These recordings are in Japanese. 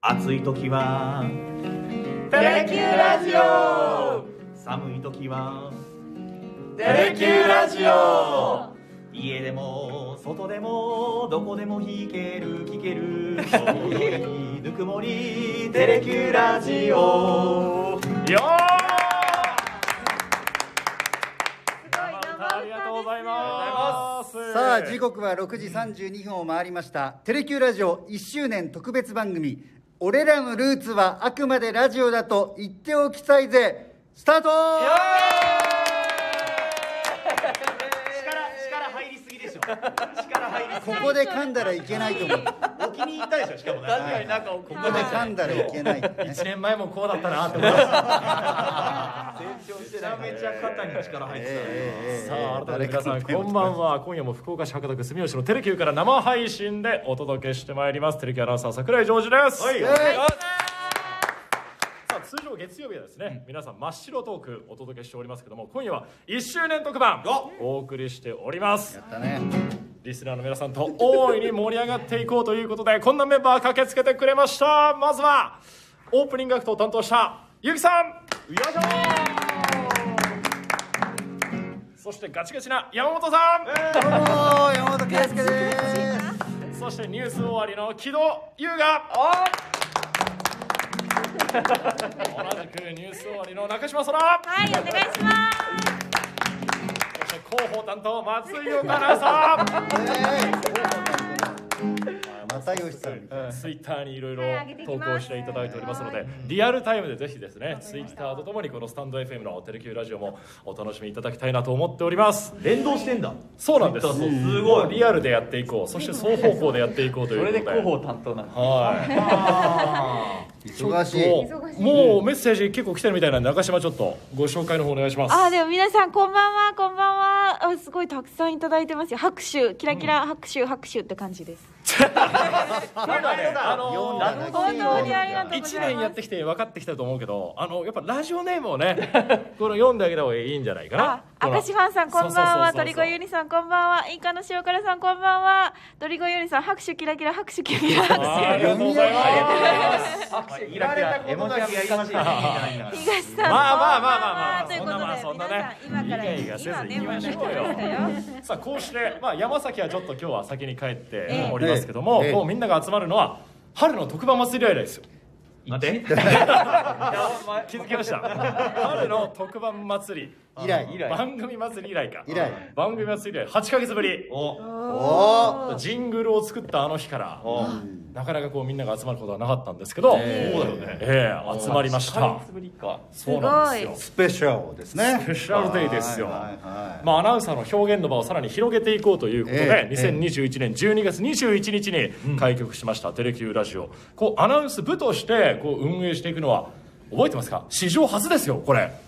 暑い時はテレキューラジオ、 寒い時はテレキューラジオ、 家でも外でもどこでも弾ける聴けるぬくもりテレキューラジオよー。 ありがとうございます。 さあ時刻は6時32分を回りました。テレキューラジオ1周年特別番組、俺らのルーツはあくまでラジオだと言っておきたいぜ、スタート。 力入りすぎでしょ。力入りすぎ。 ここで噛んだらいけないと思う。 お気に入ったでしょ。しかもね。 確かになんかここで噛んだらいけない、 1年前もこうだったなって思いました。 めちゃめちゃ肩に力入ってた。 さあ改めて皆さんこんばんは。今夜も福岡市博多区住吉のテレキューから生配信でお届けしてまいります。テレキューアナウンサー櫻井ジョージです。 はい。 さあ通常月曜日はですね、皆さん真っ白トークお届けしておりますけども、今夜は1周年特番お送りしております。 やったね。 リスナーの皆さんと大いに盛り上がっていこうということで、こんなメンバー駆けつけてくれました。まずはオープニングアクトを担当したゆきさん、 よいしょ。 そしてガチガチな山本さん、 どうも山本圭介です。 そしてニュース終わりの木戸優雅、同じくニュース終わりの中島空、 はい、お願いします。 そして広報担当松井岡アナウンサ又吉さんみたいな。 ー、ツイッターにいろいろ投稿していただいておりますので、リアルタイムでぜひですね、ツイッターとともにこのスタンド FM のテレキューラジオもお楽しみいただきたいなと思っております。 連動してんだ。 そうなんです。 すごい。 リアルでやっていこう、そして双方向でやっていこうということで。 それで広報担当なんです。 はい。 忙しい。 もうメッセージ結構来てるみたいなんで、中島ちょっとご紹介の方お願いします。 でも皆さんこんばんは、こんばんは。すごいたくさんいただいてますよ。拍手、キラキラ拍手、拍手って感じです。 そうだね、 本当にありがとうございます。 1年やってきて分かってきたと思うけど、やっぱラジオネームをねこの読んであげた方がいいんじゃないかな。 明石ファンさんこんばんは、 そう鳥越ゆりさんこんばんは、イカの塩辛さんこんばんは、鳥越ゆりさん拍手キラキラ拍手キラキラ拍手。 ありがとうございます。 拍手キラキラ絵文字が難しい。 東さんまあということでそんな皆ねさん今からイガイガせず行きましょうよ。さあこうして、山崎はちょっと今日は先に帰っておりますけども、こうみんなが集まるのは春の特番祭り以来ですよ。 待って。 気づきました。春の特番祭り以来。 番組祭り以来か。 以来。 番組祭り以来8ヶ月ぶり。 おジングルを作ったあの日からなかなかこうみんなが集まることはなかったんですけど、そうだよね。集まりました。そうなんですよ。 スペシャルですね。 スペシャルデイですよ。 はいはい。 まあアナウンサーの表現の場をさらに広げていこうということで、2021年12月21日に開局しましたテレキューラジオ。こうアナウンス部としてこう運営していくのは覚えてますか？史上初ですよこれ。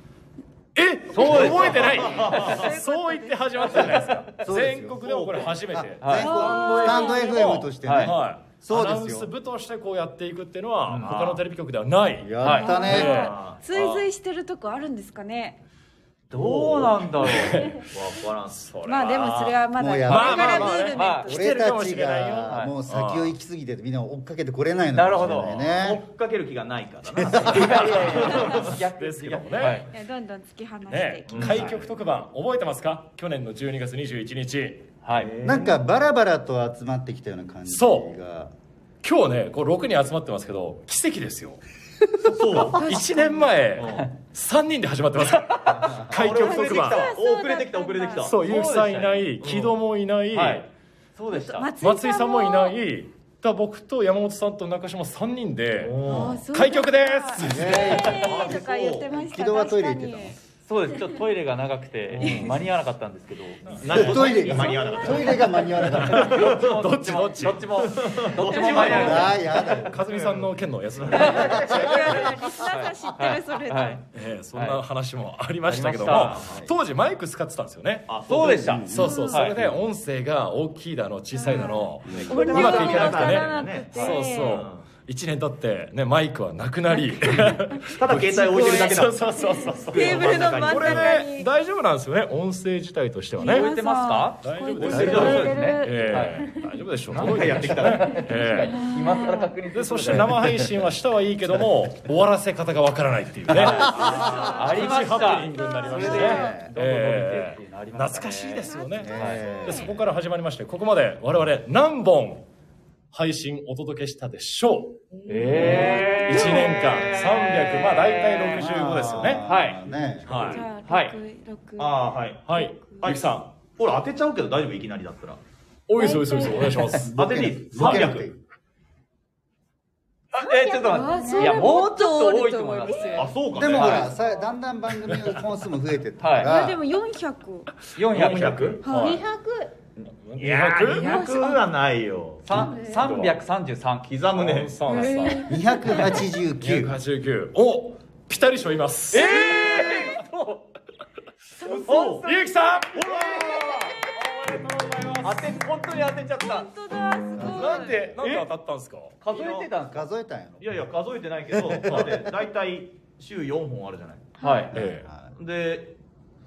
覚えてない。そう言って始まったじゃないですか。全国でもこれ初めて。 スタンド FM としてね。 はい。 そうですよ。 アナウンス部としてこうやっていくっていうのは他のテレビ局ではない。 やったね。 追随してるとこあるんですかね。 どうなんだろう。 わからん。 まあでもそれはまだこれからムーブメント来て俺たるかもしちれないよ。 がもう先を行き過ぎてみんな追っかけてこれないのなるほかもしれど。 ないね。 追っかける気がないからな。 逆ですけどもね。 どんどん突き放していきます。 開局特番覚えてますか？去年の12月21日。 はい。 なんかバラバラと集まってきたような感じが。 そう今日ねこう6人集まってますけど奇跡ですよ。そう1年前3人で始まってますから開局特番。 遅れてきた。 そう結城さんいない、木戸もいない、 そうでした。 松井さんもいない。だ僕と山本さんと中島3人でそう開局です。 とか言ってました。 木戸はトイレ行ってたの？ そうです。ちょっとトイレが長くて間に合わなかったんですけど。 トイレ間に合わなかった。 トイレが間に合わなかった。 どっちも間に合わなかった。 ああやだよ。 和美さんの件のやつなんでリスナーさん知ってるそれ。 そんな話もありましたけども、当時マイク使ってたんですよね。 そうでした。 そうそれで音声が大きいだの小さいだのうまくいかなくてね。そう1年経ってねマイクはなくなりただ携帯置いてるだけだ。 そうテーブルの中にこれね大丈夫なんですよね、音声自体としてはね。 聞こえてますか？ 大丈夫です大丈夫ですね。 大丈夫でしょう。 何回やってきたら今更確認する。 でそして生配信はしたはいいけども終わらせ方がわからないっていうねありました。 ハプニングになりましたね。 どんどん伸びてっていうのありましたね。 懐かしいですよね。でそこから始まりまして、ここまで我々何本配信お届けしたでしょう。1年間300、まあ大体65ですよね。 はいね。 はいはいはいはいゆきさん、 ほら当てちゃうけど大丈夫、いきなりだったらおいそお願いします。 当てていい？300。 ちょっと待って。いやもうちょっと多いと思います。 あ、そうかね。 でもほらさ、だんだん番組の本数も増えてったかはいら、 いやでも400。 400。 200？ 200？ いや200はないよ。 333。 刻むね。 289。 289。お、ピタリ賞います。ゆきさん、 本当に当てちゃった。 本当だ、すごい。 なんで当たったんですか？ 数えてたんですか？ 数えたんやろ。 いやいや数えてないけど、だって大体週4本あるじゃない。 はい。 で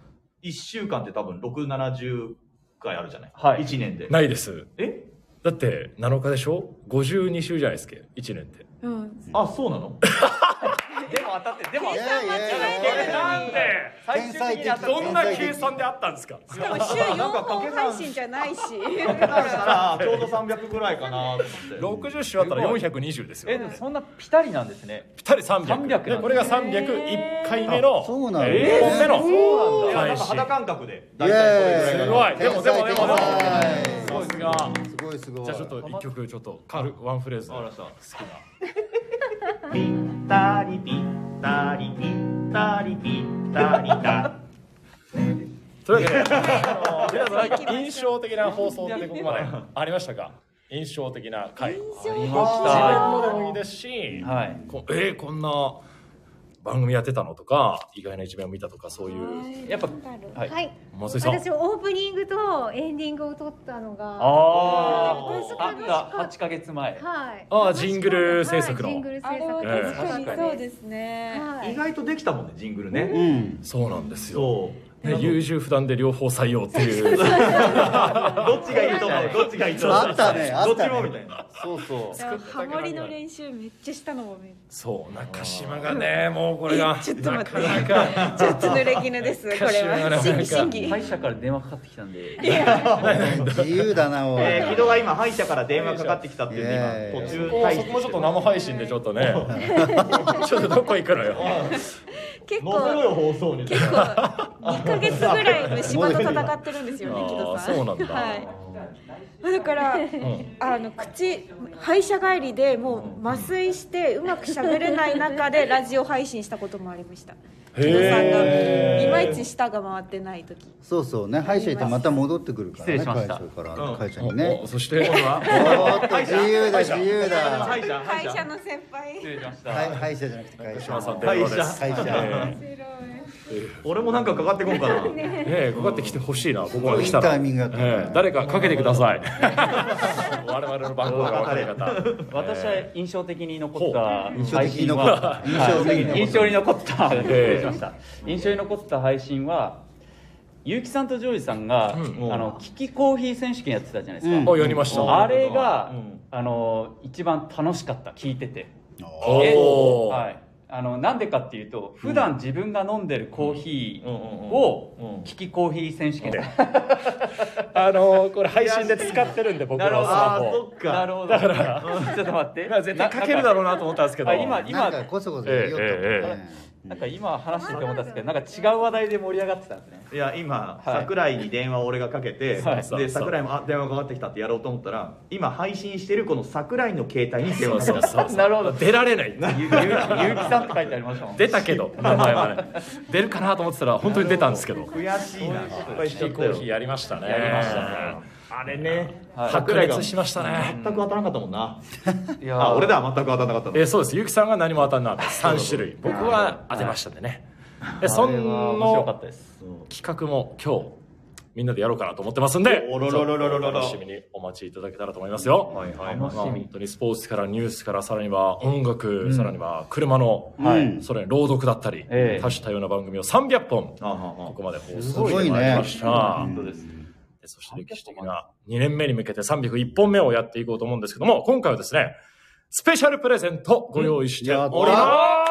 1週間って多分670回あるじゃない。 はい 1年で。 ないです。 え？ だって7日でしょ、52週じゃないですか、1年って。 あ、そうなの？ でも当たって、でもいやいやいやなんで最終的に当たって。 どんな計算であったんですか？ しかも週4本配信じゃないし。 だからちょうど300ぐらいかなと思って。 60週あったら420ですよ。 でもそんなピタリなんですね。 ぴったり300で、これが301回目のそうなんだ 1本目のそうなんだ。なん配信。 か肌感覚で。 イエーイすごい。でも天才すごいが。 すごいすごい。 じゃあちょっと1曲ちょっとワンフレーズ好わかりまきな。 ぴったりぴったりぴったりぴったりだ。 というわけで、皆さん印象的な放送ってここまでありましたか？印象的な回。 ありまし自分のでもいいですし、 はい。 こんな番組やってたのとか、意外な一面を見たとか、そういうやっぱはい。 はい、 松井さん。 私オープニングとエンディングを撮ったのが、 ああった8ヶ月前。 はい、 あ、ジングル制作のはいジングル制あれは作、 確かにそうですね。 はい意外とできたもんね、ジングルね。 うん。 そうなんですよ。 そう。 ね、優柔不断で両方採用っていう。 どっちがいいと思う？どっちがいいと思う？ あったね、あどっちったね。 もみたいな。 そうそう。 ハモリの練習めっちゃしたのもめっそう、中島がね、もうこれが。 ちょっと待ってなかなか。 ちょっと濡れ衣ですこれは。審議。 歯医者から電話かかってきたんで。 自由だな、おい。 木戸が今歯医者から電話かかってきたっていうんで今途中退そこもちょっと生配信でちょっとね。ちょっとどこ行くのよ。 結乗せろ構よ放送に。 2ヶ月ぐらい虫歯と戦ってるんですよね、木戸さん。 そうなんだ。 はい。だから歯医者帰りでもう麻酔してうまく喋れない中でラジオ配信したこともありました。木戸さんがいまいち舌が回ってない時。 そうそうね、歯医者行ってまた戻ってくるからね、 失礼しました会社にね。 そして。 おーっと自由だ、自由だ。 歯医者会社の先輩。 失礼しました。 歯医者じゃなくて会社。 会社会社。 俺もなんかかかってこんかな。 かかってきてほしいな、ここまで来たら。 いいタイミングだったね誰かかけてください。我々の番号が分かる方。 私は印象的に残った印象的に配信残ったは、 印象的に残った印象に残った失礼しました印象に残った配信は結城さんとジョージさんがキキコーヒー選手権やってたじゃないですか。 やりました。 あれが一番楽しかった、聞いてて。はい。なんでかっていうと、普段自分が飲んでるコーヒーをキキコーヒー選手権でこれ配信で使ってるんで、僕のスマホ。 なるほど。だからちょっと待って、 絶対かけるだろうなと思ったんですけど、 今なんかこそこそ言おうと思ってね。 なんか今話してて思ったんですけど、なんか違う話題で盛り上がってたんですね。 いや今桜井に電話を俺がかけて、で桜井も電話かかってきたってやろうと思ったら、今配信してるこの桜井の携帯に電話かかってきた。 なるほど。 出られない。 結城さんって書いてありましたもん。 出たけど、名前はね、出るかなと思ってたら本当に出たんですけど。 悔しいな。失敗しちゃキったよ。 コーヒーやりましたね。 やりましたね。 あれね、 白熱しましたね。 全く当たらなかったもんな。 いや俺だ、全く当たらなかったの。 そうです。ゆきさんが何も当たらなかった。3種類。僕は当てましたんでね。そ面白かのったです。 企画も今日みんなでやろうかなと思ってますんで、 おろろろろろろろ楽しみにお待ちいただけたらと思いますよ。 はいはい楽しみ本当にスポーツからニュースからさらには音楽、さらには車の、それ朗読だったり、多種多様な番組を300本ここまで放送してまいりました。 本当です。 そして歴史的な2年目に向けて301本目をやっていこうと思うんですけども、今回はですね、スペシャルプレゼントご用意しております。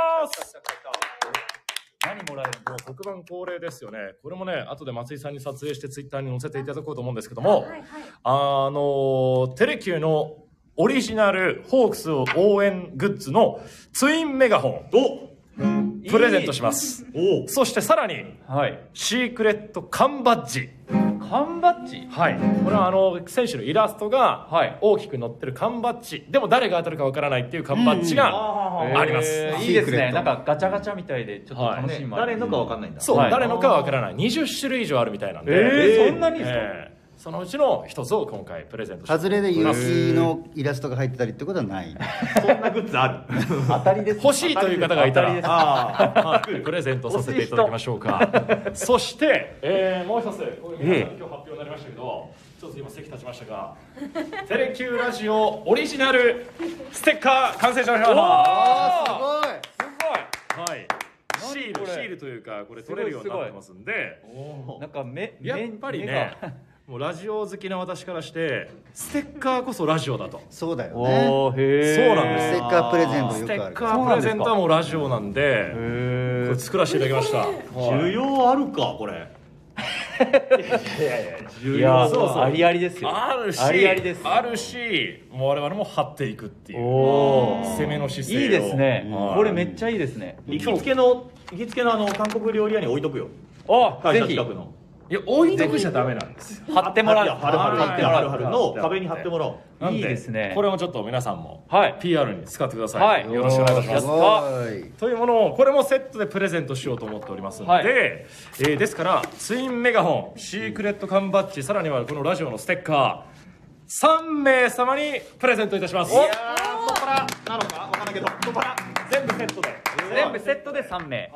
何もらえるの？ もう特番恒例ですよね。これもね、後で松井さんに撮影してツイッターに載せていただこうと思うんですけども、テレキューのオリジナルホークス応援グッズのツインメガホンをプレゼントします。そしてさらに、シークレット缶バッジ。 缶バッジ？ はい。これは選手のイラストが大きく載ってる缶バッジ。でも誰が当たるかわからないっていう缶バッジがあります。 いいですね。なんかガチャガチャみたいでちょっと楽しみもある。 誰のかわかんないんだ。 そう、誰のかはわからない。20種類以上あるみたいなんで。 そんなにですか？ そのうちの一つを今回プレゼントします。 外れで雪のイラストが入ってたりってことはないそんなグッズある当たりです。 欲しいという方がいたらプレゼントさせていただきましょうか。そして、もう一つこれ皆さん今日発表になりましたけど、一つ今席立ちましたが、テレキューラジオオリジナルステッカー完成しました。 すごいはい。シールというかこれ取れるようになってますんで、 なんかやっぱりね、もうラジオ好きな私からしてステッカーこそラジオだと。 そうだよね。 そうなんです。 ステッカープレゼントよくある。 ステッカープレゼントはもうラジオなんで、これ作らせていただきました。 需要あるかこれ。 いや、ありありですよ。 あるし、あるし、もう我々も張っていくっていう攻めの姿勢を。 いいですね。これめっちゃいいですね。 行きつけの韓国料理屋に置いとくよ。会社近くの。 いや、置いとくじゃダメなんですよ。 貼ってもらう。 貼るの壁に貼ってもらおう。 いいですね。 これもちょっと皆さんも PR に使ってください。よろしくお願いします。というものをこれもセットでプレゼントしようと思っておりますので、ですからツインメガホン、シークレット缶バッジ、さらにはこのラジオのステッカー3名様にプレゼントいたします。 いやー、太っ腹なのかわかんないけど、太っ腹全部セットで。 全部セットで3名。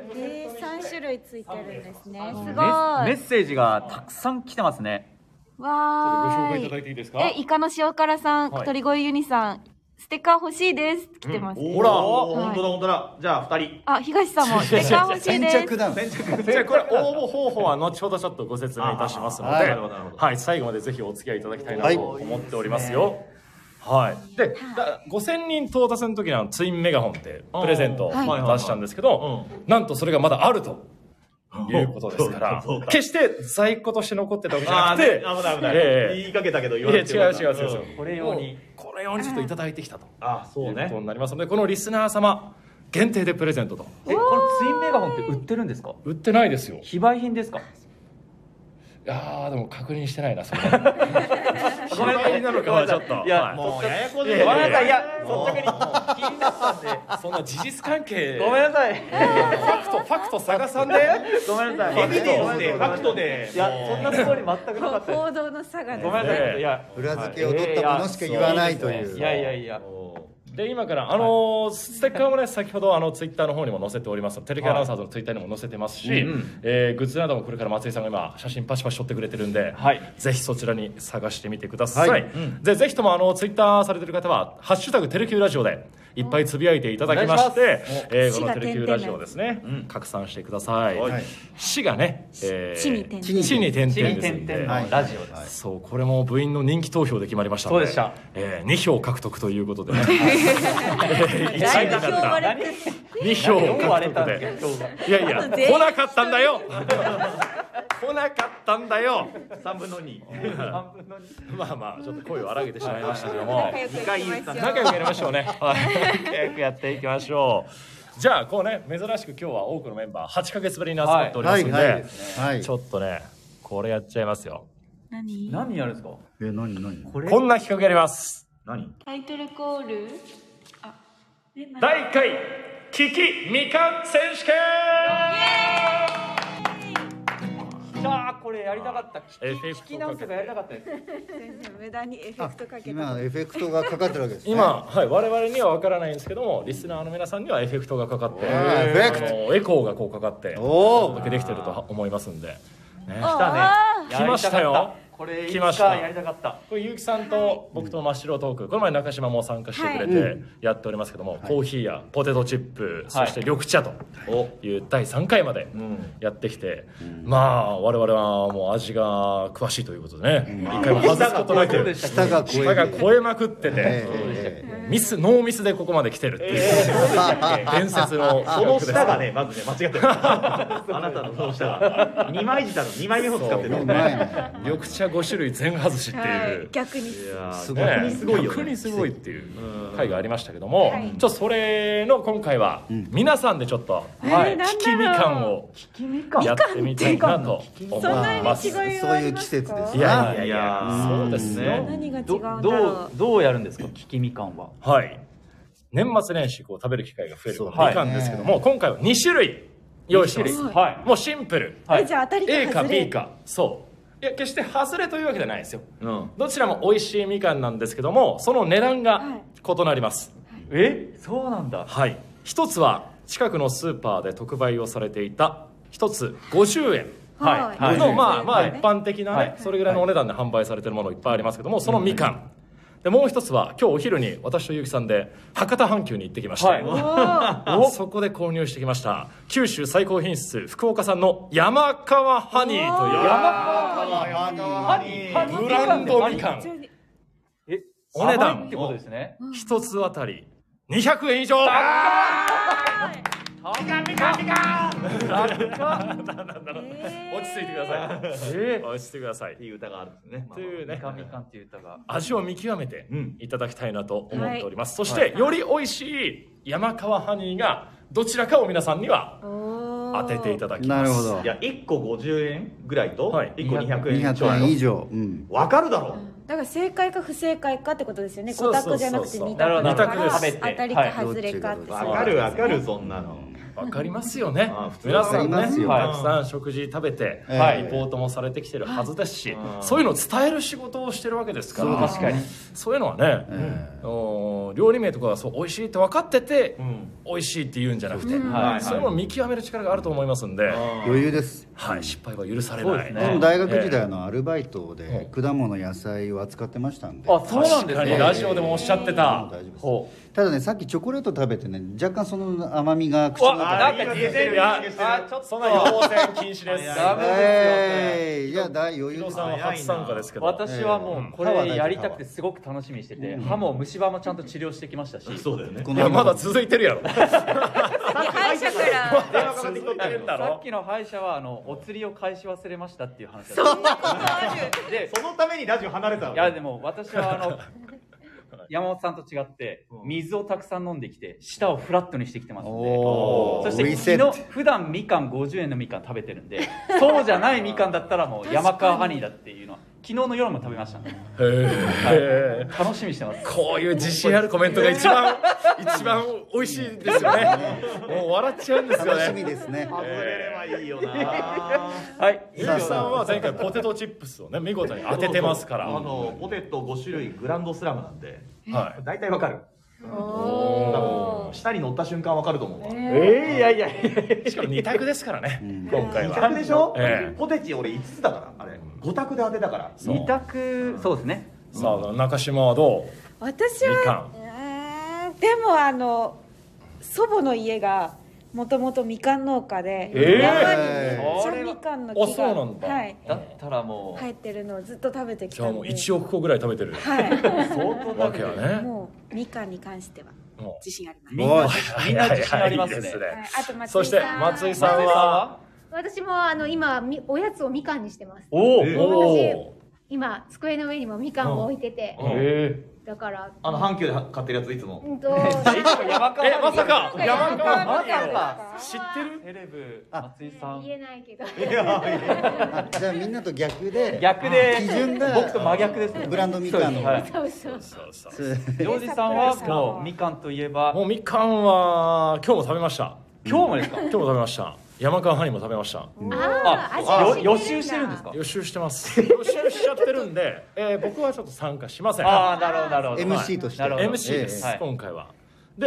3種類ついてるんですね。すごい。 メッセージがたくさん来てますね。 わーい。 ご紹介いただいていいですか？ イカの塩辛さん、鳥越ユニさん、ステッカー欲しいです。来てます。 ほら、本当だ。じゃあ2人。 東さんもステッカー欲しいです。 じゃあこれ応募方法は後ほどちょっとご説明いたしますので、はい、最後までぜひお付き合いいただきたいなと思っておりますよ。はい。で、5000人到達の時のツインメガホンってプレゼント出したんですけど、なんとそれがまだあるということですから、決して在庫として残ってたわけじゃなくて、 危ない。言いかけたけど言われて違う。 これ用にちょっといただいてきたと。 そうね。 いうことになりますので、このリスナー様限定でプレゼントと。 このツインメガホンって売ってるんですか？ 売ってないですよ。 非売品ですか？ いやでも確認してないな、それ。非売品なのかはちょっと。 いや、 もうややこしい。 ごめんなさい。いや、率直に気になったんで。 そんな事実関係。 ごめんなさい。 ファクト探さんで。 ごめんなさい。 エビデンスで、ファクトで。 いや、そんなつもり全くなかったです。 報道の差が。 ごめんなさい。いや、 裏付けを取ったものしか言わないという。 いや。 で今からステッカーもね、先ほどツイッターの方にも載せております。テレキアナウンサーズのツイッターにも載せてますし、グッズなどもこれから松井さんが今写真パシパシ撮ってくれてるんで、ぜひそちらに探してみてください。でぜひともツイッターされてる方はハッシュタグテレキューラジオでいっぱいつぶやいていただきまして、このテレキューラジオですね、拡散してください。市がね、 地に点々 ですんで、 ラジオです。 そう、これも部員の人気投票で決まりましたので、2票獲得ということでね。1位になった2票獲得で、いや来なかったんだよ。来なかったんだよ。 3分の2。 まあちょっと声を荒げてしまいましたけども、 仲良くやりましょうね。仲良くやっていきましょう。じゃあこうね、珍しく今日は多くのメンバー8ヶ月ぶりに集まっておりますので、ちょっとねこれやっちゃいますよ。 何やるんですか？ 何こんな企画やります。 タイトルコール。 第1回キキみかん選手権。 これやりたかった。聞き直すとかやりたかったです。 無駄にエフェクトかけた。 今エフェクトがかかってるわけですね。 今、我々には分からないんですけども、リスナーの皆さんにはエフェクトがかかって、エコーがこうかかってお届けできてると思いますんで。 来たね。 来ましたよ。 これ来ましたやりたかった。 これ結城さんと僕と真っ白トーク、この前中島も参加してくれてやっておりますけども、コーヒーやポテトチップ、そして緑茶という第3回までやってきて、まあ我々はもう味が詳しいということでね、一回も外すことなく舌が超えまくってて、ノーミスでここまで来てるっていう伝説のその下がね、まずね、間違ってる。あなたのその下が2枚舌の2枚目を使ってる。 緑茶5種類全外しっていう、 逆にすごい逆にすごいっていう回がありましたけども、それの今回は皆さんでちょっと聞きみかんをやってみたいなと思います。 そういう季節です。 いやそうですね。 何が違うんだろう。 どうやるんですか、利きみかんは。 はい、年末年始こう食べる機会が増えるみかんですけども、今回は2種類用意してます。もうシンプル、 じゃあ当たりか A か外れ B か。そういや決して外れというわけじゃないですよ、どちらも美味しいみかんなんですけども、その値段が異なります。 そうなんだ。 はい、一つは近くのスーパーで特売をされていた一つ50円のまあ一般的なね、それぐらいのお値段で販売されているものいっぱいありますけども、そのみかんで、もう一つは今日お昼に私と結城さんで博多阪急に行ってきまして、そこで購入してきました九州最高品質福岡産の山川ハニーというブランドみかん、お値段一つあたり200円以上。落ち着いてください。落ち着いてください。 っていう歌があるんですね。 というね、 みかんっていう歌が。 味を見極めていただきたいなと思っております。そしてより美味しい山川ハニーがどちらかを皆さんには当てていただきます。 なるほど。 いや、1個50円ぐらいと1個200円 200円以上。 わかるだろう。 だから正解か不正解かってことですよね。5択じゃなくて2 二択択です。 当たりか外れかって。 わかるわかる、そんなの。 わかりますよね。 通皆さんね、 わかりますよたくさん食事食べてリポートもされてきてるはずですし、そういうのを伝える仕事をしてるわけですから、 確かにそういうのはね、料理名とかがそう美味しいって分かってて美味しいって言うんじゃなくて、そういうのを見極める力があると思いますんで、 余裕です。 はい、失敗は許されない。 でも大学時代のアルバイトで果物野菜を扱ってましたんで。 あ、そうなんですね。 ラジオでもおっしゃってた。 大丈夫です。ただね、さっきチョコレート食べてね、若干その甘みが口の中なんか出てる。 そんな要請禁止です。 ダメですよ。 いや、大余裕です。 さんは初参加ですけど、 私はもうこれやりたくてすごく楽しみにしてて、歯も虫歯もちゃんと治療してきましたし。 そうだよね。 いや、まだ続いてるやろ。 歯医者から電話かかってきてるんだろ。 さっきの歯医者はお釣りを返し忘れましたっていう話そんなことある。 で、 そのためにラジオ離れたの。 いやでも私は山本さんと違って水をたくさん飲んできて舌をフラットにしてきてますので、そして昨日普段みかん50円のみかん食べてるんで、そうじゃないみかんだったらもう山川ハニーだっていうのは昨日の夜も食べましたね。楽しみにしてます。 こういう自信あるコメントが一番美味しいですよね。もう笑っちゃうんですよね。 楽しみですね。 外れればいいよな。 はい、ゆうきさんは前回ポテトチップスをね見事に当ててますから、 ポテト5種類グランドスラムなんで、大体わかる。下に乗った瞬間わかると思うわ。 いやいや、 しかも2択ですからね、今回は。 2択でしょ。ポテチ俺5つだから、あれ5択で当てたから。 2択、そうですね。 さあ中島はどう？ 私はでも祖母の家がもともとみかん農家で、山にめっちゃみかんの木がだったらもう生えてるのをずっと食べてきたじゃあもう1億個ぐらい食べてる。 はい。 相当わけはね。 もうみかんに関しては自信あります。 みんな自信ありますね。 あとそして松井さんは？ 私も今おやつをみかんにしてます。 お。 今机の上にもみかんを置いてて、だから阪急で買ってるやついつも。 山川まさか山川まさか知ってる？ テレブ松井さん。 言えないけど。 じゃあみんなと逆で基準が僕と真逆ですね。 ブランドみかんの。 そう。 ジョージさんはもうみかんといえば、 もうみかんは今日も食べました。 今日もですか？ 今日も食べました。山川ハニーも食べました。 予習してるんですか？ 予習してます。予習しちゃってるんで、僕はちょっと参加しません。 なるほど MC として MC です、今回は。で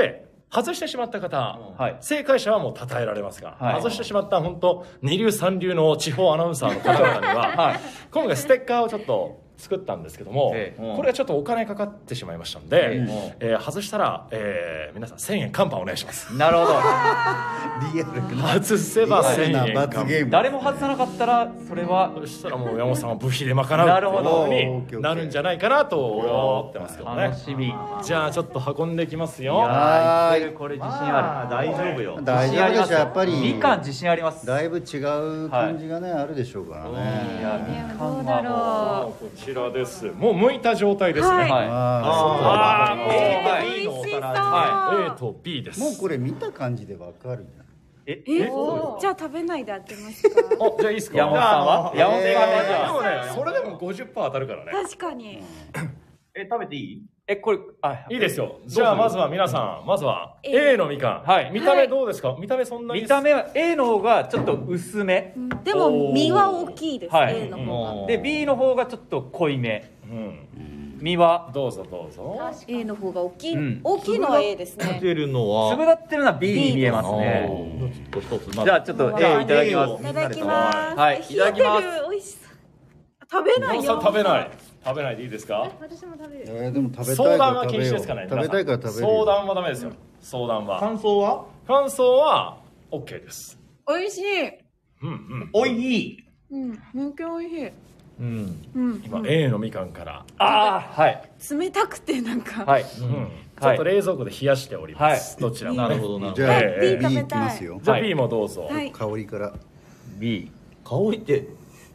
外してしまった方、 はい、 正解者はもう称えられますが、 はい、 外してしまった本当二流三流の地方アナウンサーの方々には、はい、今回ステッカーをちょっと作ったんですけども、これはちょっとお金かかってしまいましたんで、外したら、皆さん1000円カンパンお願いします。 なるほど。 リアルな外せば1000円罰ゲーム。 誰も外さなかったらそれはそしたらもう山本さんは部費で賄うっていうことになるんじゃないかなと俺は思ってますけどね。 楽しみ。 じゃあちょっと運んできますよ。 はい、これ自信ある。 大丈夫よ。 大丈夫でしょ。やっぱりみかん自信あります。 だいぶ違う感じがね、あるでしょうからね。 いや、みかんどうだろう。 こちらです。もう剥いた状態ですね。 はい。 美味しそう。 A と B です。 もうこれ見た感じでわかるじゃん。 じゃあ食べないで当てますか。 じゃあいいですか。 山本さんは？山本さんでもね、それでも50%当たるからね。 確かに。 食べていい？ これいいですよ。じゃあまずは皆さん、まずは A のみかん。はい。見た目どうですか？見た目そんなに。 見た目は A の方がちょっと薄め。 でも実は大きいです。A の方が。 で B の方がちょっと濃いめ。実はどうぞどうぞ。 A の方が大きい。大きいのは A ですね。 てるのは粒立ってるのは B に見えますね。じゃあちょっと A いただきます。 いただきます。 はい、いただきます。 美味しそう。食べないよ。 食べない。食べないでいいですか？ 私も食べる。 でも食べたい相談は禁止ですかね。 食べたいから食べる。 相談はダメですよ。相談は。 感想は？ 感想は OK です。 美味しい。 おいしい。 めっちゃ美味しい。 今 A のみかんからはい。 冷たくてなんか。 はい。 ちょっと冷蔵庫で冷やしております。どちらも。 なるほどなるほど。 じゃあ B いきますよ。 じゃあ B もどうぞ。 香りから。 B。 香りって。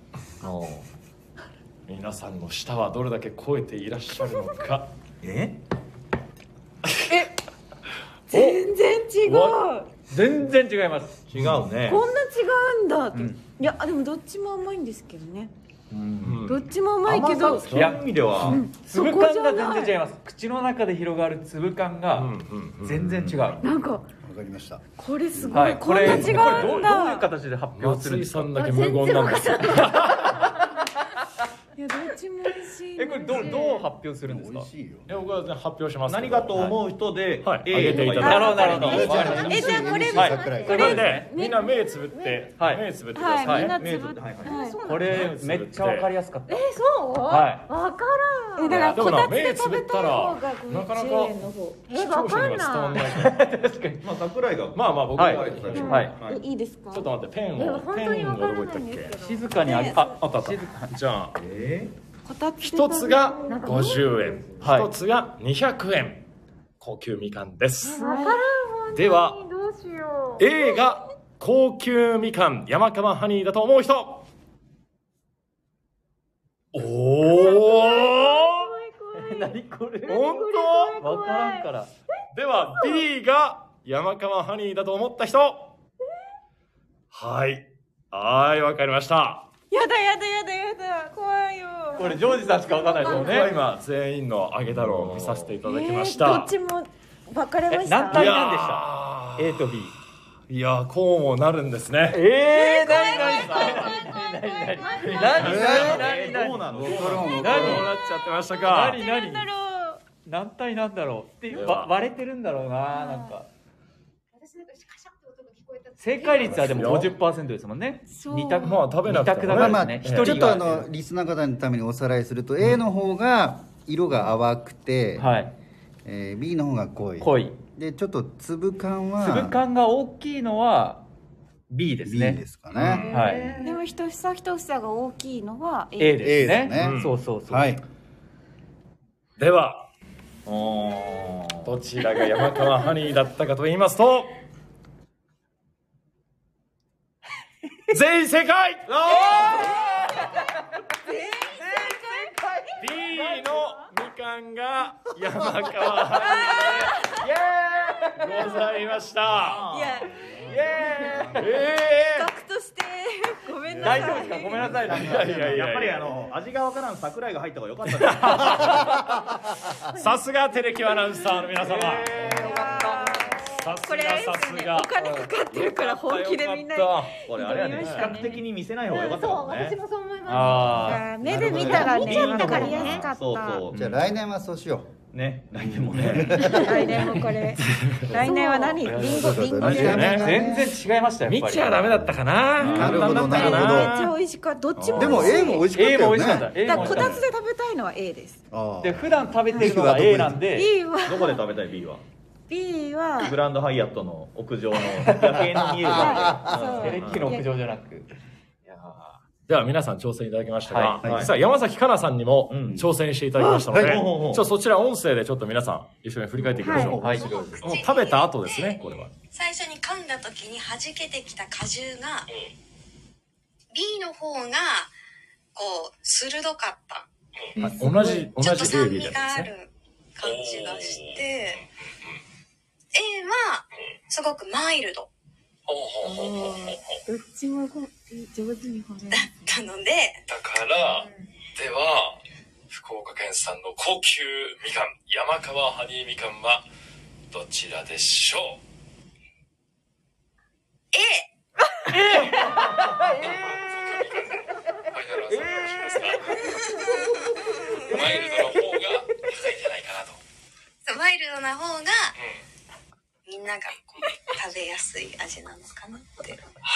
皆さんの舌はどれだけ超えていらっしゃるのか。 全然違う。 全然違います。 違うね。 こんな違うんだって。いやでもどっちも甘いんですけどね。どっちも甘いけど、 そういう意味では粒感が全然違います。口の中で広がる粒感が全然違う。 なんかわかりました。 これすごい。こんな違うんだ。 どういう形で発表するんですか？ 松井さんだけ無言なんですよ。 いやどっちも美味しい。 これどう発表するんですか？ 美味しいよ。 僕は発表します。 何かと思う人であげていただいて。 なるほどなるほど。 じゃあこれこれでみんな目つぶって目つぶってください。 みんなつぶって。 これめっちゃわかりやすかった。 そう？ はい。 わからん。だからこたつで食べたい方がなかなかわかんない。 確かに。 まあ桜井がまあ僕がはい。 いいですか？ ちょっと待ってペンをどこ行ったっけ？ 静かにあった。 じゃあ一つが50円、一つが200円。高級みかんです。では A が高級みかん山川ハニーだと思う人。お何これ？ 本当？ わからんから。 では B が山川ハニーだと思った人。はいわかりました。 やだ怖いよ。 これジョージさんしかわかんないですよ僕はね。 今全員のあげ太郎を見させていただきました。 どっちも分かれました。 何対何でした？ A と B。 いやこうもなるんですね。 何どうなの？ こうなっちゃってましたか。 何対何だろうって割れてるんだろうな。なんか正解率はでも 50% ですもんね。2択まあ食べなくてもだからね。 ちょっとリスナー方のためにおさらいすると A の方が色が淡くて、B の方が濃いでちょっと粒感が大きいのは B ですね。 B ですかね。 でも一房一房が大きいのは A ですね。そう。 ではどちらが山川ハニーだったかと言いますと全員正解。B のみかんが山川ハニーでございました。 学としてごめんなさい。 大丈夫ですか？ごめんなさい。 やっぱり味がわからん桜井が入った方が良かったです。 さすがテレキュアナウンサーの皆様。 これさすがお金かかってるから本気でみんなこれあれはね視覚的に見せない方が良かったかもね。 私もそう思います。 目で見たらね分かりやすかった。 じゃあ来年はそうしよう。 ね、来年もね。 来年もこれ。来年は何？リンゴ全然違いましたよ。 見ちゃダメだったかな。 なるほどなるほど。 めっちゃ美味しかった。どっちも。 でも A も美味しかったよね。 A も美味しかった。 だからこたつで食べたいのは A です。 で普段食べてるのが A なんで。 B はどこで食べたい B は？ B はグランドハイアットの屋上の夜景の見える場テレビの屋上じゃなく。 では皆さん挑戦いただきましたが、実は山崎かなさんにも挑戦していただきましたので、そちら音声でちょっと皆さん一緒に振り返っていきましょう。食べた後ですね、これは。 最初に噛んだ時に弾けてきた果汁が B の方がこう鋭かった。 同じちょっと A、 酸 B 味ですね。 がある感じがして、A はすごくマイルドどっちも上手に掘れだったので、 だから、では福岡県産の高級みかん山川ハニーみかんはどちらでしょう？ A。 マイルドな方が高いんじゃないかなと。 マイルドな方がみんながこう食べやすい味なのかなって。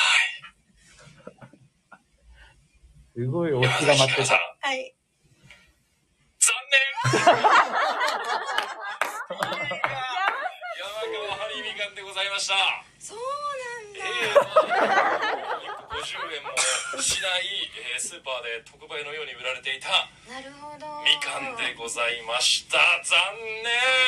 すごいお気が待ってた。 はい。 残念。山川ハニーみかんでございました。 そうなんだ。 50円もしないスーパーで特売のように売られていたなるほど。 みかんでございました。残念。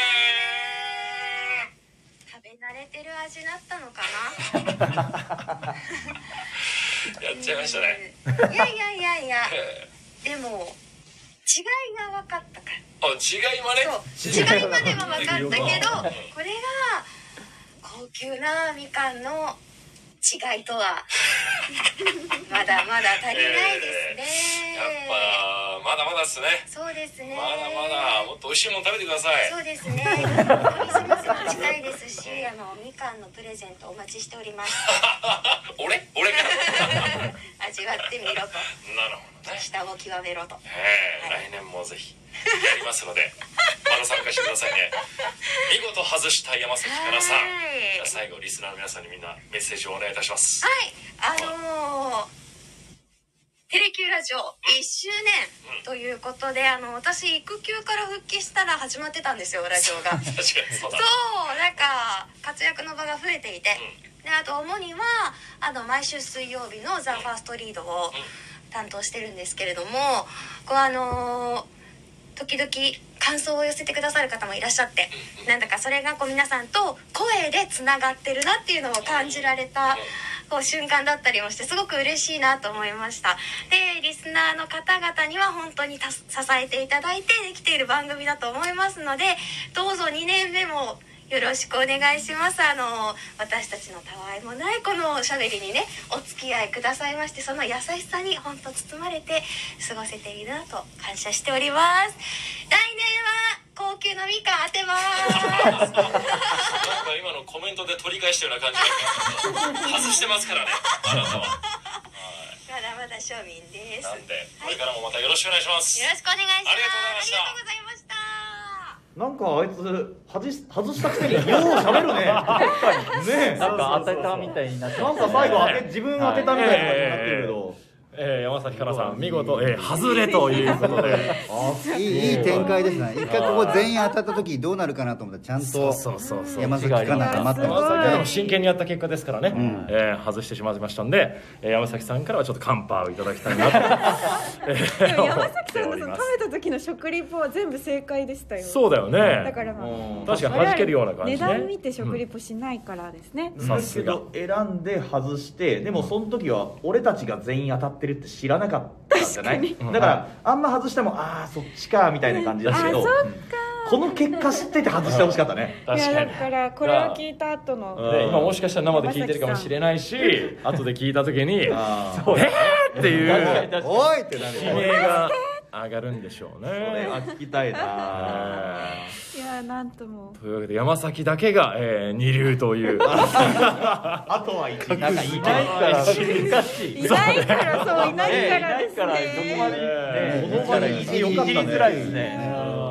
食べ慣れてる味だったのかな。 やっちゃいましたね。 いやでも違いが分かったから。 違いはね。 そう違いまでは分かったけど、これが高級なみかんの違いとはまだまだ足りないですね。 やっぱまだまだですね。 そうですね。 まだまだもっと美味しいもの食べてください。 そうですね。クリスマスも近いですし、みかんのプレゼントお待ちしております。 俺から味わってみろと。 なるほどね。 舌を極めろと。 来年もぜひやりますのでまだ参加してくださいね。見事外した山崎かなさん。じゃあ最後リスナーの皆さんにみんなメッセージをお願いいたします。 はい。テレキューラジオ1周年ということで、私育休から復帰したら始まってたんですよ、ラジオが。 確かにそうだ。 そうなんか活躍の場が増えていて、であと主には毎週水曜日の「ザ・ファーストリードを担当してるんですけれども、こう時々感想を寄せてくださる方もいらっしゃって、なんだかそれがこう皆さんと声でつながってるなっていうのを感じられたこう瞬間だったりもして、すごく嬉しいなと思いました。でリスナーの方々には本当に支えていただいてできている番組だと思いますので、どうぞ2年目もよろしくお願いします。私たちのたわいもないこのおしゃべりにねお付き合いくださいまして、その優しさに本当包まれて過ごせているなと感謝しております。来年は高級のみかん当てます。 なんか今のコメントで取り返したような感じが外してますからね、あなたは。 まだまだ庶民です。 なんでこれからもまたよろしくお願いします。 よろしくお願いします。 ありがとうございました。 ありがとうございました。 なんかあいつ外したくせによう喋るね。確かにね。 なんか当てたみたいになってなんか最後自分当てたみたいな感じになってるけど。 山崎かなさん見事外れということでいい展開ですね。一回ここ全員当たった時どうなるかなと思ったらちゃんと山崎かなが待ってましたね。 でも真剣にやった結果ですからね、外してしまいましたんで、山崎さんからはちょっとカンパをいただきたいなとでも山崎さんのその食べた時の食リポは全部正解でしたよ。 そうだよね。 だから確かに弾けるような感じね。 値段見て食リポしないからですね。 さすが。 選んで外して、でもその時は俺たちが全員当たってるって知らなかったんじゃない？だからあんま外してもそっちかみたいな感じだけど、この結果知ってて外してほしかったね。 確かに。 だからこれを聞いた後の今もしかしたら生で聞いてるかもしれないし、後で聞いた時にっていうおいってなる悲鳴が上がるんでしょうね。 それは聞きたいな。 いやなんとも。 というわけで山崎だけが二流という。 あとは一流。 なんかいないから難しい。 いないからそういないからですね。 どこまでこの場にいてよかったね。 づらいですね。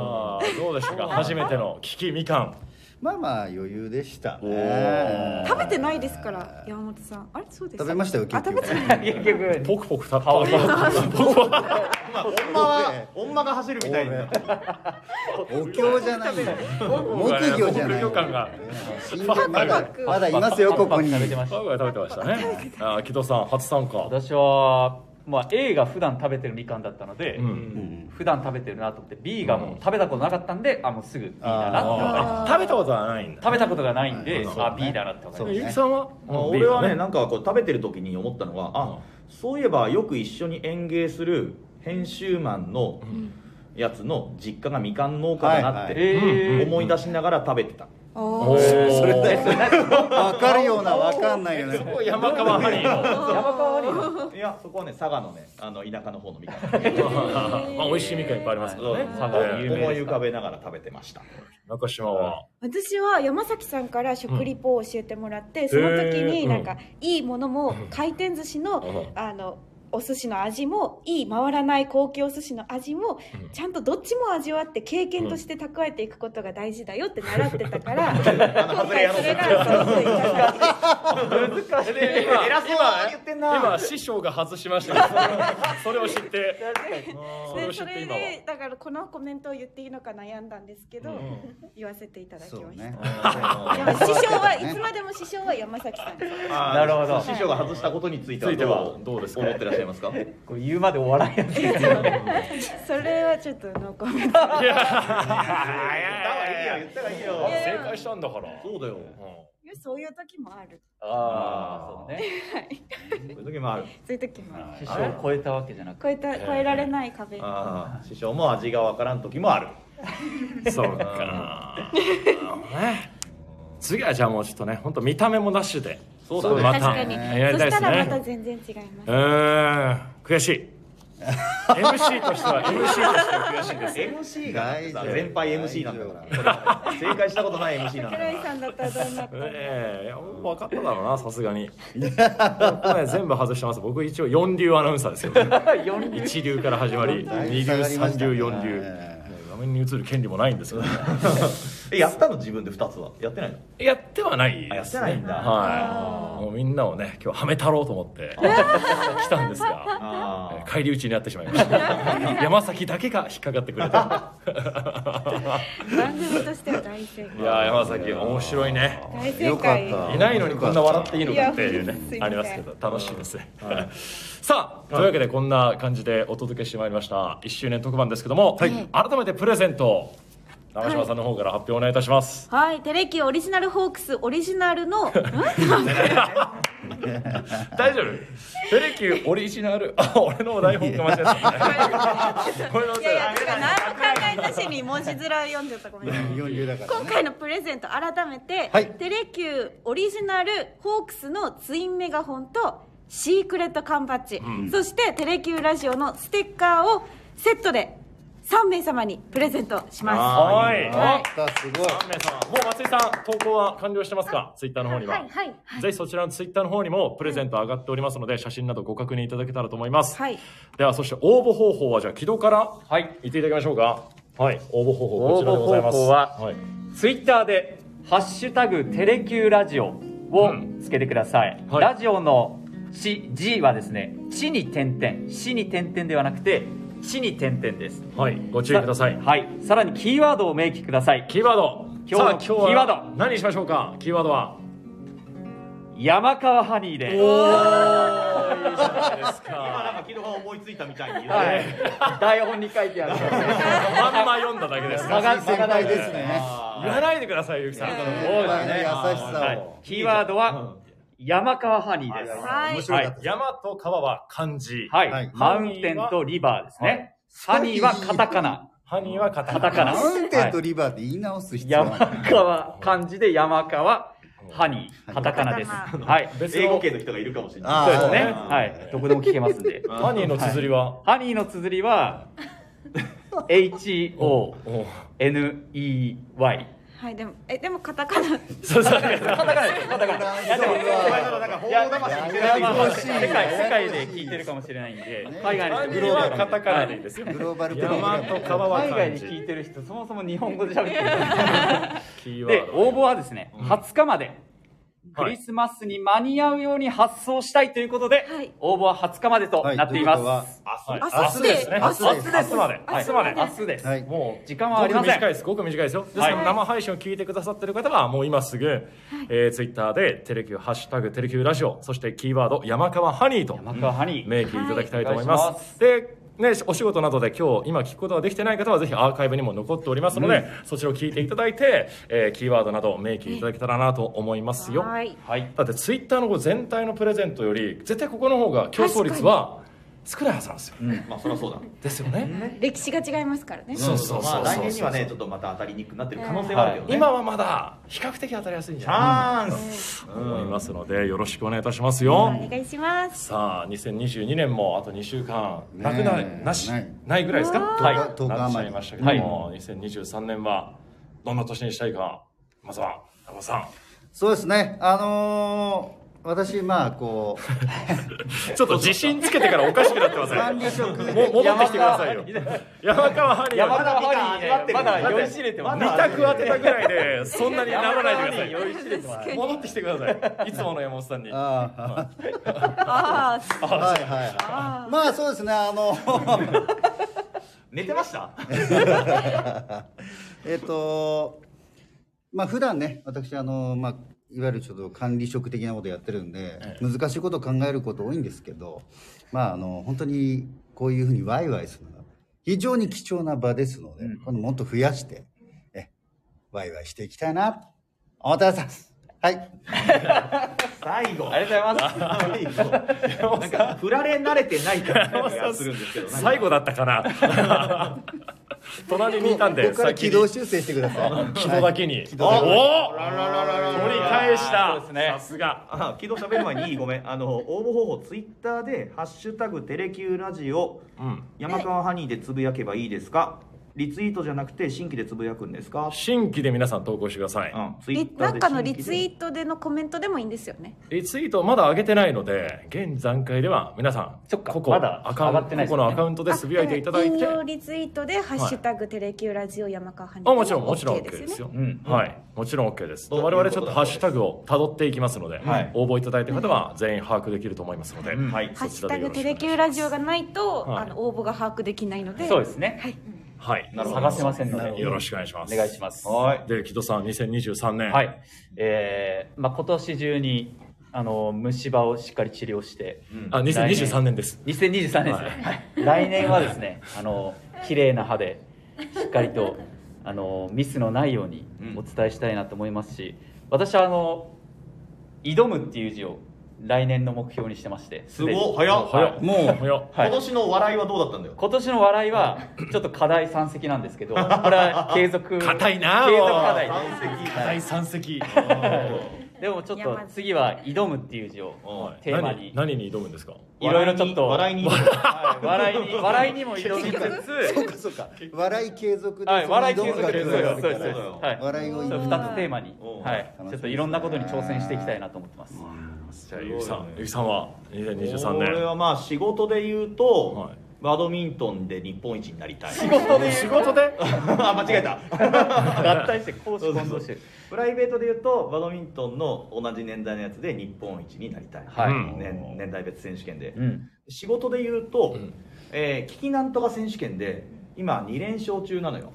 どうでしたか、初めてのキキみかん。 まあまあ余裕でした食べてないですから山本さん。あれそうです。 食べましたよ結局。 食べてない。 結局ポクポク食べほんまが走るみたいな。 お経じゃない。木魚じゃない。 木魚感が。 まだいますよここに。 食べてましたね。木戸さん初参加。 私はまあ A が普段食べてるみかんだったので、普段食べてるなと思って、 B がもう食べたことなかったんで、もうすぐ B だなって思いました。 食べたことはないんだ。 食べたことがないんで、B だなって思いました。 ゆきさんは？ 俺はね、なんかこう食べてる時に思ったのが、そういえばよく一緒に演芸する編集マンのやつの実家がみかん農家だなって思い出しながら食べてた。 それで分かるような分かんないよね。 そこ山川ハニーの。 山川ハニーの。 いや、そこはね、佐賀のね、田舎の方のみかん。 美味しいみかんいっぱいありますからね。 佐賀有名。思い浮かべながら食べてました。 中島は？ 私は山崎さんから食リポを教えてもらって、その時になんかいいものも回転寿司のお寿司の味もいい回らない高級お寿司の味もちゃんとどっちも味わって経験として蓄えていくことが大事だよって習ってたから、今回それがすごい難しい。偉そうに言ってんな。 今師匠が外しましたけど、それを知って、 それでだからこのコメントを言っていいのか悩んだんですけど、言わせていただきました。師匠はいつまでも師匠は山崎さんです。 なるほど。 師匠が外したことについてはどうですか？思ってらっしゃいますか？ これ言うまで終わらんやつですよね。 それはちょっとノーコメント。 言った方がいいよ。 正解したんだから。 そうだよ。 そういう時もある。 そうね。 そういう時もある。 そういう時もある。 師匠を超えたわけじゃなくて。 超えられない壁。 師匠も味がわからん時もある。 そうか。次はじゃあもうちょっとね、本当見た目もなしで。 そうだね。 確かに。そしたらまた全然違います。 悔しい。MC としては悔しいです。 MC が先輩 MC なんだから。正解したことない MC なんだから。 桜井さんだったらどうなった？ 分かっただろうな、さすがに。全部外してます。僕一応4流アナウンサーですよ。1流から始まり、2流、3流、4流。画面に映る権利もないんですけどね。 やったの自分で2つはやってないの？ やってはない。 やってないんだ。 はい。もうみんなをね、今日はめたろうと思って来たんですが、返り討ちになってしまいました。山崎だけが引っかかってくれた。 番組としては大正解。 いや、山崎面白いね。 大正解。 いないのにこんな笑っていいのかっていうね、ありますけど楽しいですね。さあ、というわけでこんな感じでお届けしてまいりました1周年特番ですけども、改めてプレゼント長嶋さんの方から発表お願いいたします。 はい、テレキューオリジナルホークスオリジナルの大丈夫？テレキューオリジナル、俺の台本が間違えた。これのせい。 いやいや、何も考えなしに文字面読んじゃった。ごめんなさい。今回のプレゼント改めて、テレキューオリジナルホークスのツインメガホンとシークレット缶バッジ、そしてテレキューラジオのステッカーをセットで3名様にプレゼントします。 はい。 すごい。 3名様。もう松井さん投稿は完了してますか？ツイッターの方には。ぜひそちらのツイッターの方にもプレゼント上がっておりますので、写真などご確認いただけたらと思います。 はい。 ではそして応募方法はじゃあ木戸から言っていただきましょうか。はい。応募方法こちらでございます。 応募方法はツイッターでハッシュタグテレキューラジオをつけてください。ラジオのG はですね、地に点々、死に点々ではなくて地に点々です。 はい、ご注意ください。 はい、さらにキーワードを明記ください。 キーワード。 今日はキーワード何にしましょうか？キーワードは山川ハニーで。 おー、いいじゃないですか。 今なんか木戸が思いついたみたいに。 台本に書いてある。 まんま読んだだけですか。 先輩ですね。 言わないでください、ゆきさん。 優しさを。 キーワードは山川ハニーです。 面白かった。 山と川は漢字。 はい。マウンテンとリバーですね。ハニーはカタカナ。 ハニーはカタカナ。 マウンテンとリバーって言い直す必要山川、漢字で山川、ハニー、カタカナです。はい。 英語系の人がいるかもしれない。 そうですね。はい。どこでも聞けますんで。 ハニーの綴りは？ ハニーの綴りは、HONEY。 はい、でもカタカナ。 そうカタカナです。カタカナ。いやでも世界で聞いてるかもしれないんで、海外の人グローバルカタカナでいいですよ。 グローバルプログラム。 山と川は海外で漢字。 聞いてる人、そもそも日本語で喋ってる。 キーワでー、ド応募はですね、20日まで。クリスマスに間に合うように発送したいということで、応募は20日までとなっています。 明日ですね。明日まで。明日まで。 明日です。 もう時間はありません。 短いです。ごく短いですよ。ですから生配信を聞いてくださっている方はもう今すぐツイッターでテレキューハッシュタグテレキューラジオ、そしてキーワード山川ハニーと明記いただきたいと思います。でね、お仕事などで今聞くことができてない方はぜひアーカイブにも残っておりますので、そちらを聞いていただいて、キーワードなど明記いただけたらなと思いますよ。だってツイッターの全体のプレゼントより絶対ここの方が競争率は少ないはずなんですよ。 まあそりゃそうだですよね。 歴史が違いますからね。 そうそうそう。 来年にはねちょっとまた当たりにくくなってる可能性はあるけどね。 今はまだ比較的当たりやすいんじゃないかと思いますので、よろしくお願いいたしますよ。 お願いします。 さあ2022年もあと2週間なくないぐらいですか。 はい。10日なっちゃ余りいましたけども、2023年はどんな年にしたいか、まずは山本さん。 そうですね。私まあこちょっと自信つけてからおかしくなってますね。 管理職戻ってきてくださいよ。山川ハニー。 山川ハニーまだ酔いしれてます。 2択当てたぐらいでそんなにならないでください。 酔いしれてます。 戻ってきてください。いつもの山本さんに。 はい。まあそうですね。 寝てました？ まあ普段ね、私まあいわゆるちょっと管理職的なことやってるんで、難しいことを考えること多いんですけど、まあ本当にこういうふうにワイワイするのは非常に貴重な場ですので、今度もっと増やしてワイワイしていきたいなと思ってます。はい。 最後。 ありがとうございます。 なんか振られ慣れてない感じがするんですけど。 最後だったかな。隣にいたんで。 ここから軌道修正してください。 軌道だけに。おお。取り返した。さすが。 軌道喋る前にごめん。応募方法ツイッターでハッシュタグテレキューラジオ山川ハニーでつぶやけばいいですか。リツイートじゃなくて新規でつぶやくんですか。 新規で皆さん投稿してください。 なんかのリツイートでのコメントでもいいんですよね。 リツイートまだ上げてないので現段階では皆さんここまだ上がってないですね。 ここのアカウントでつぶやいていただいて、 引用リツイートでハッシュタグテレキューラジオ山川ハニー。 もちろん OK ですよ。はい、もちろん OK です。我々ちょっとハッシュタグを辿っていきますので、応募いただいた方は全員把握できると思いますので、 ハッシュタグテレキューラジオがないと応募が把握できないので。 そうですね。 はい、 探せませんのでよろしくお願いします。 お願いします。 で木戸さん2023年、 はい、まあ今年中に虫歯をしっかり治療して、 2023年です。 2023年ですね。来年はですね、綺麗な歯でしっかりとミスのないようにお伝えしたいなと思いますし、私は挑むっていう字を来年の目標にしてまして。 すごい早っ。 もう今年の笑いはどうだったんだよ。 今年の笑いはちょっと課題山積なんですけど、これは継続硬いな。 継続課題課題山積。 でもちょっと次は挑むっていう字をテーマに。 何に挑むんですか。 いろいろちょっと笑いに笑いにも挑みつつ、 そうか笑い継続で笑い継続で笑いを2つテーマに、ちょっといろんなことに挑戦していきたいなと思ってます。 じゃあゆきさんは2023年。 俺はまあ仕事で言うとバドミントンで日本一になりたい。 仕事で間違えた。 合体して公私混同してる。 プライベートで言うとバドミントンの同じ年代のやつで日本一になりたい。年代別選手権で。仕事で言うとキキなんとか選手権で今2連勝中なのよ。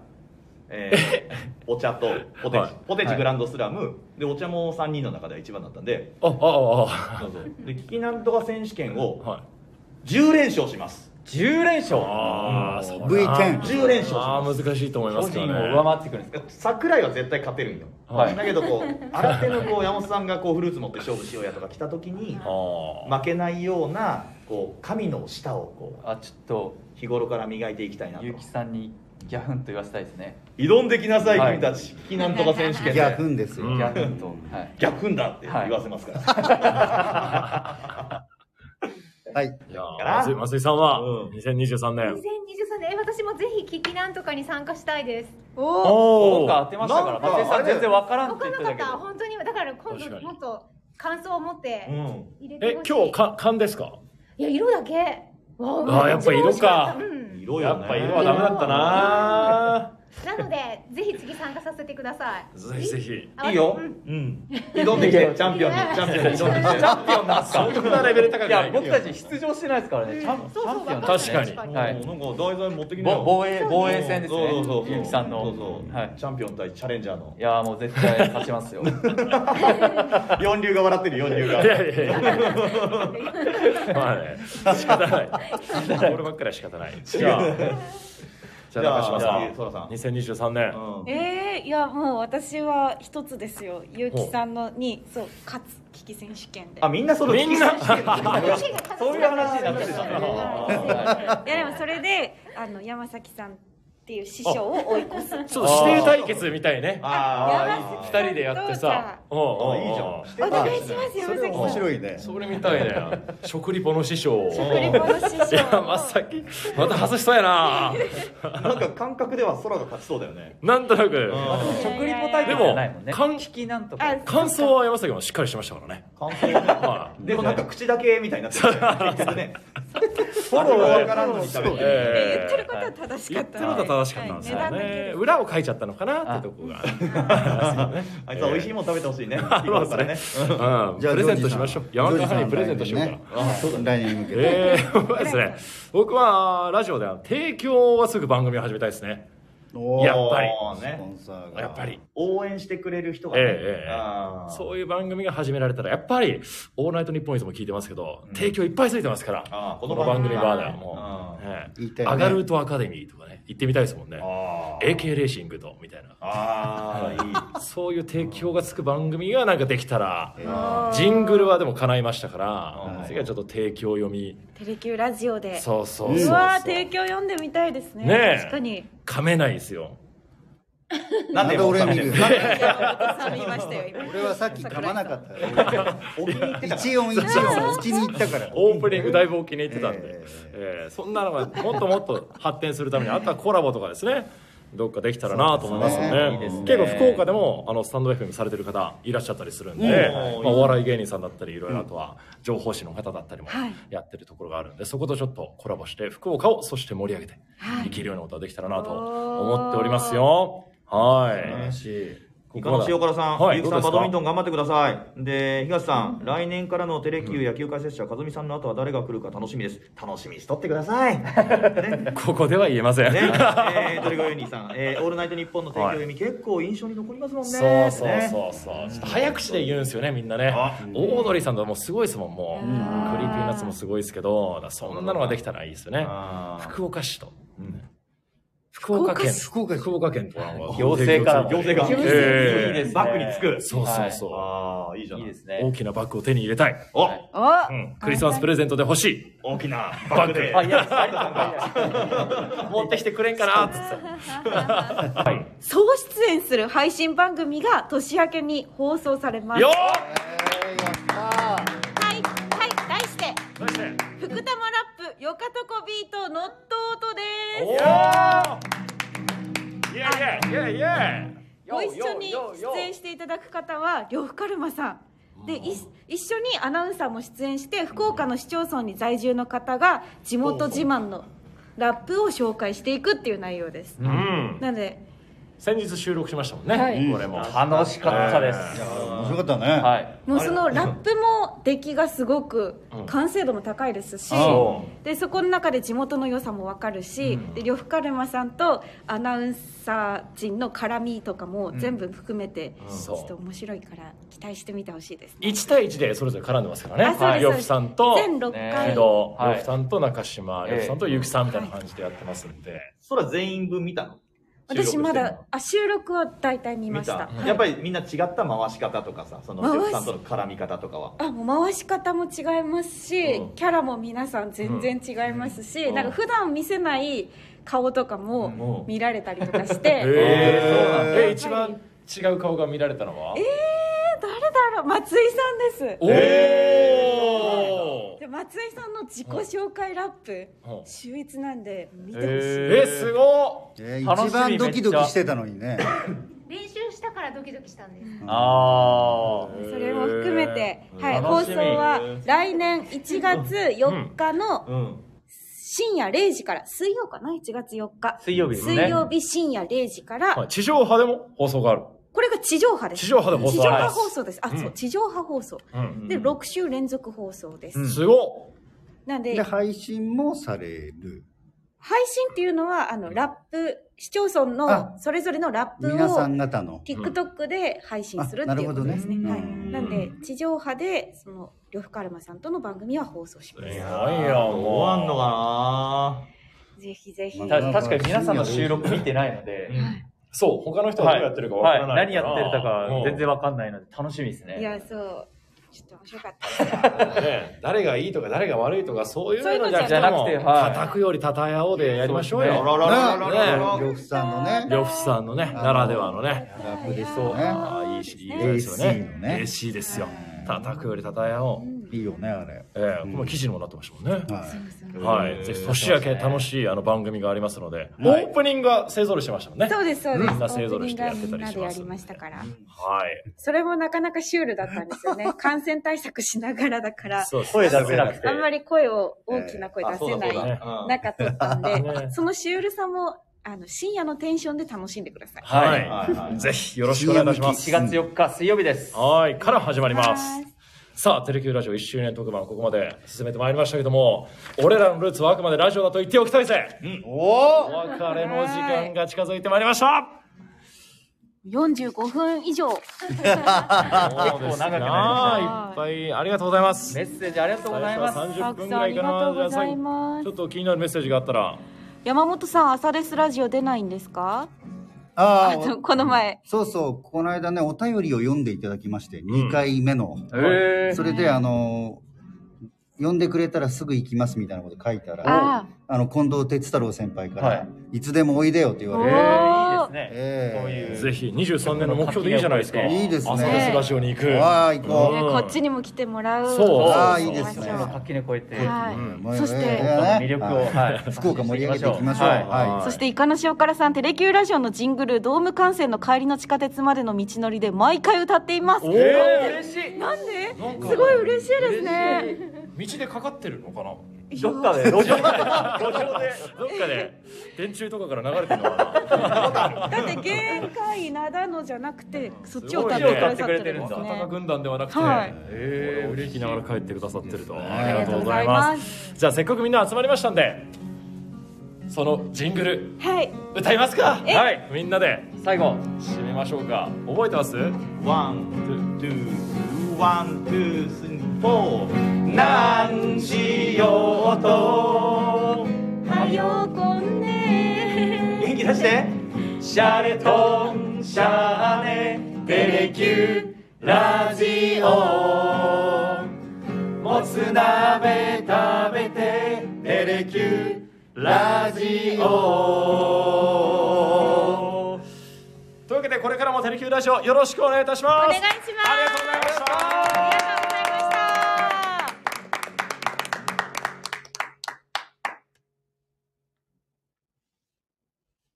お茶とポテチグランドスラムで、お茶も3人の中では一番だったんで、でキキなんとか選手権を10連勝します。 10連勝。 V10 10連勝。 難しいと思いますけどね。 個人を上回ってくるんですか。 桜井は絶対勝てるんよ。だけど新手の山本さんがフルーツ持って勝負しようやとか来た時に負けないような神の舌をちょっと日頃から磨いていきたいなと。 結城さんにギャフンと言わせたいですね。 挑んできなさい君たち。キキなんとか選手権でギャフンですよ。 ギャフンとギャフンだって言わせますから。 はい。 松井さんは2023年。 私もぜひキキなんとかに参加したいです。 僕当てましたから。松井さん全然わからんって言ってたけど。 本当にだから今度もっと感想を持って入れてほしい。 今日勘ですか？ いや、色だけ。 やっぱ色か。 色やっぱ色はダメだったな。 なのでぜひ次参加させてください。 ぜひぜひ。 いいよ。挑んできてチャンピオンに挑んできて。チャンピオンなんすか？ そんなレベル高くない。 僕たち出場してないですからね。チャンピオン。 確かに。 はい。なんか題材持ってきなよ。 防衛戦ですね。ゆうきさんの。 チャンピオン対チャレンジャーの。 いやもう絶対勝ちますよ。 四流が笑ってる四流が。 いや。まあね。仕方ない。俺ばっかりは仕方ない。じゃあ中島さん、2023年。 いやもう私は一つですよ。ゆうきさんのに勝つ危機選手権で。 みんなそういう話になってた。 いやでもそれで山崎さんっていう師匠を追い越す。 そう指定対決みたいね。 2 人でやってさ。 いいじゃん。お願いします山崎さん。 面白いね。 それみたいね。食リポの師匠。 食リポの師匠。 山崎また外しそうやな。 なんか感覚では空が勝ちそうだよね。 なんとなく。 食リポ対決じゃないもんね。聞きなんとか。 感想は山崎もしっかりしてましたからね。 感想でもなんか口だけみたいになってるね。フォローわからんのに食べて。 言ってることは正しかった。 言ってることは正しかったんですよね。裏を書いちゃったのかなってとこが。 あいつは美味しいもの食べてほしいね。 そうですね。じゃあプレゼントしましょう。山川さんにプレゼントしようかな。 来年に向けて。 ですね。僕はラジオでは提供はすぐ番組を始めたいですね。やっぱりやっぱり応援してくれる人がね、 そういう番組が始められたらやっぱり「オールナイトニッポン」いつも聞いてますけど、提供いっぱいついてますから、この番組はもう「アガルートアカデミー」とかね行ってみたいですもんね。 AK レーシングとみたいなそういう提供がつく番組がなんかできたら、ジングルはでも叶いましたから、次はちょっと提供読みテレキューラジオで。 そううわ提供読んでみたいですね。確かに噛めないですよ。 なんで俺見る？ 俺はさっき噛まなかったよ。一音一音置きに行ったから。 オープニングだいぶ置きに行ってたんで、そんなのがもっともっと発展するためにあとはコラボとかですね、どっかできたらなと思いますよね。結構福岡でもスタンド FM されてる方いらっしゃったりするんで、お笑い芸人さんだったりいろいろ、あとは情報誌の方だったりもやってるところがあるんで、そことちょっとコラボして福岡をそして盛り上げていけるようなことができたらなと思っておりますよ。はい。 イカの塩辛さん、ゆうきさんバドミントン頑張ってください。で、東さん、来年からのテレキュー野球解説者、和美さんの後は誰が来るか楽しみです。楽しみにしとってください。 ここでは言えません。 鳥越ユニさん、オールナイトニッポンの提供読み結構印象に残りますもんね。 そう。ちょっと早口で言うんですよね、みんなね。オードリーさんともすごいですもん、もう。クリーピーナッツもすごいですけど、そんなのができたらいいですよね。福岡市と。福岡県とは行政から行政がバッグにつく。 そういいじゃないですね。大きなバッグを手に入れたい。クリスマスプレゼントで欲しい大きなバッグで持ってきてくれんかなっつって。 総出演する配信番組が年明けに放送されます。 よっ、 題して福玉ラップよかとこビートノット音です。ご一緒に出演していただく方は呂布カルマさんで、一緒にアナウンサーも出演して、福岡の市町村に在住の方が地元自慢のラップを紹介していくっていう内容です。なので先日収録しましたもんね。これも楽しかったです。 面白かったね。 もうそのラップも出来がすごく完成度も高いですし、でそこの中で地元の良さも分かるし、で呂布カルマさんとアナウンサー陣の絡みとかも全部含めてちょっと面白いから期待してみてほしいです。 1対1でそれぞれ絡んでますからね。呂布さんと全6回、 呂布さんと中島、呂布さんとゆきさんみたいな感じでやってますんで。 それは全員分見たの？ 私まだ収録は大体見ました。 やっぱりみんな違った回し方とかさ、その呂布さんとの絡み方とかは。 もう回し方も違いますし、キャラも皆さん全然違いますし、なんか普段見せない顔とかも見られたりとかして。 一番違う顔が見られたのは？ 誰だろう、松井さんです。で松井さんの自己紹介ラップ秀逸なんで見てほしい。 すごい。一番ドキドキしてたのにね。 練習したからドキドキしたんです。 それも含めて放送は来年1月4日の深夜0時から、水曜かな、1月4日。 水曜日ですね。 水曜日深夜0時から。 地上波でも放送がある。 これが地上波です。 地上波で放送。 地上波放送です。そう、地上波放送。で、6週連続放送です。 すごっ。 なんで、 配信もされる。 配信っていうのは、ラップ、市町村のそれぞれのラップを皆さん方の TikTok で配信するっていうことですね。はい。なんで、地上波で、呂布カルマさんとの番組は放送します。 いやいや、 終わんのかな。ぜひぜひ。 確かに皆さんの収録見てないので、 そう、他の人がどうやってるかわからない。 何やってるか全然わかんないので楽しみですね。 いや、そう。ちょっと面白かったです。 誰がいいとか誰が悪いとかそういうのじゃなくて、叩くより叩やおうでやりましょうよ。 呂布さんのね。 呂布さんのね、ならではのね。 ラップでそうね。いいですよね。AC ですよ。叩くより叩やおう。 いいよね、あれ。 記事にもなってましたもんね。はい。ぜひ年明け楽しい番組がありますので、オープニングが勢ぞろいしてましたもんね。 そうです、そうです。 みんな勢ぞろいしてやってたりします。 みんなでやりましたから。はい。 それもなかなかシュールだったんですよね。感染対策しながらだから。 声出せなくて。 あんまり声を、大きな声出せない中だったんで、そのシュールさも、深夜のテンションで楽しんでください。 はい。ぜひよろしくお願いいたします。 4月4日水曜日です。 はい。から始まります。さあ、テレキューラジオ1周年特番、ここまで進めてまいりましたけども、俺らのルーツはあくまでラジオだと言っておきたいぜ。お別れの時間が近づいてまいりました。 45分以上。結構長くなりました。いっぱいありがとうございます。 メッセージありがとうございます。 30分ぐらいかな。じゃあ最後、ちょっと気になるメッセージがあったら。 山本さん、朝レスラジオ出ないんですか？この前。 そうそう、この間ね、お便りを読んでいただきまして、2回目の。それで、呼んでくれたらすぐ行きますみたいなこと書いたら、近藤哲太郎先輩から、いつでもおいでよって言われて。 いいですね。 ぜひ、23年の目標でいいじゃないですか。 いいですね。 朝レスラジオに行く。 行こう。こっちにも来てもらう。 そう。 いいですね。 垣根越えて。 そして、 魅力を、 福岡盛り上げていきましょう。 そして、イカの塩辛さん、テレキューラジオのジングル、ドーム観戦の帰りの地下鉄までの道のりで毎回歌っています。 嬉しい。 なんですごい嬉しいですね。 道でかかってるのかな。 どっかで路上でどっかで電柱とかから流れてるのかな。だって限界灘のじゃなくてそっちを歌ってくれてるんですね。 高軍団ではなくて、聞きながら帰ってくださってると。ありがとうございます。じゃあせっかくみんな集まりましたんで、そのジングル歌いますか。はい。みんなで最後締めましょうか。覚えてます？ 1、2、1、2、3、4なんしようとはよこんね元気出してシャレとんシャーネテレキューラジオもつ鍋食べてテレキューラジオというわけでこれからもテレキューラジオよろしくお願いいたします。 お願いします。 ありがとうございました。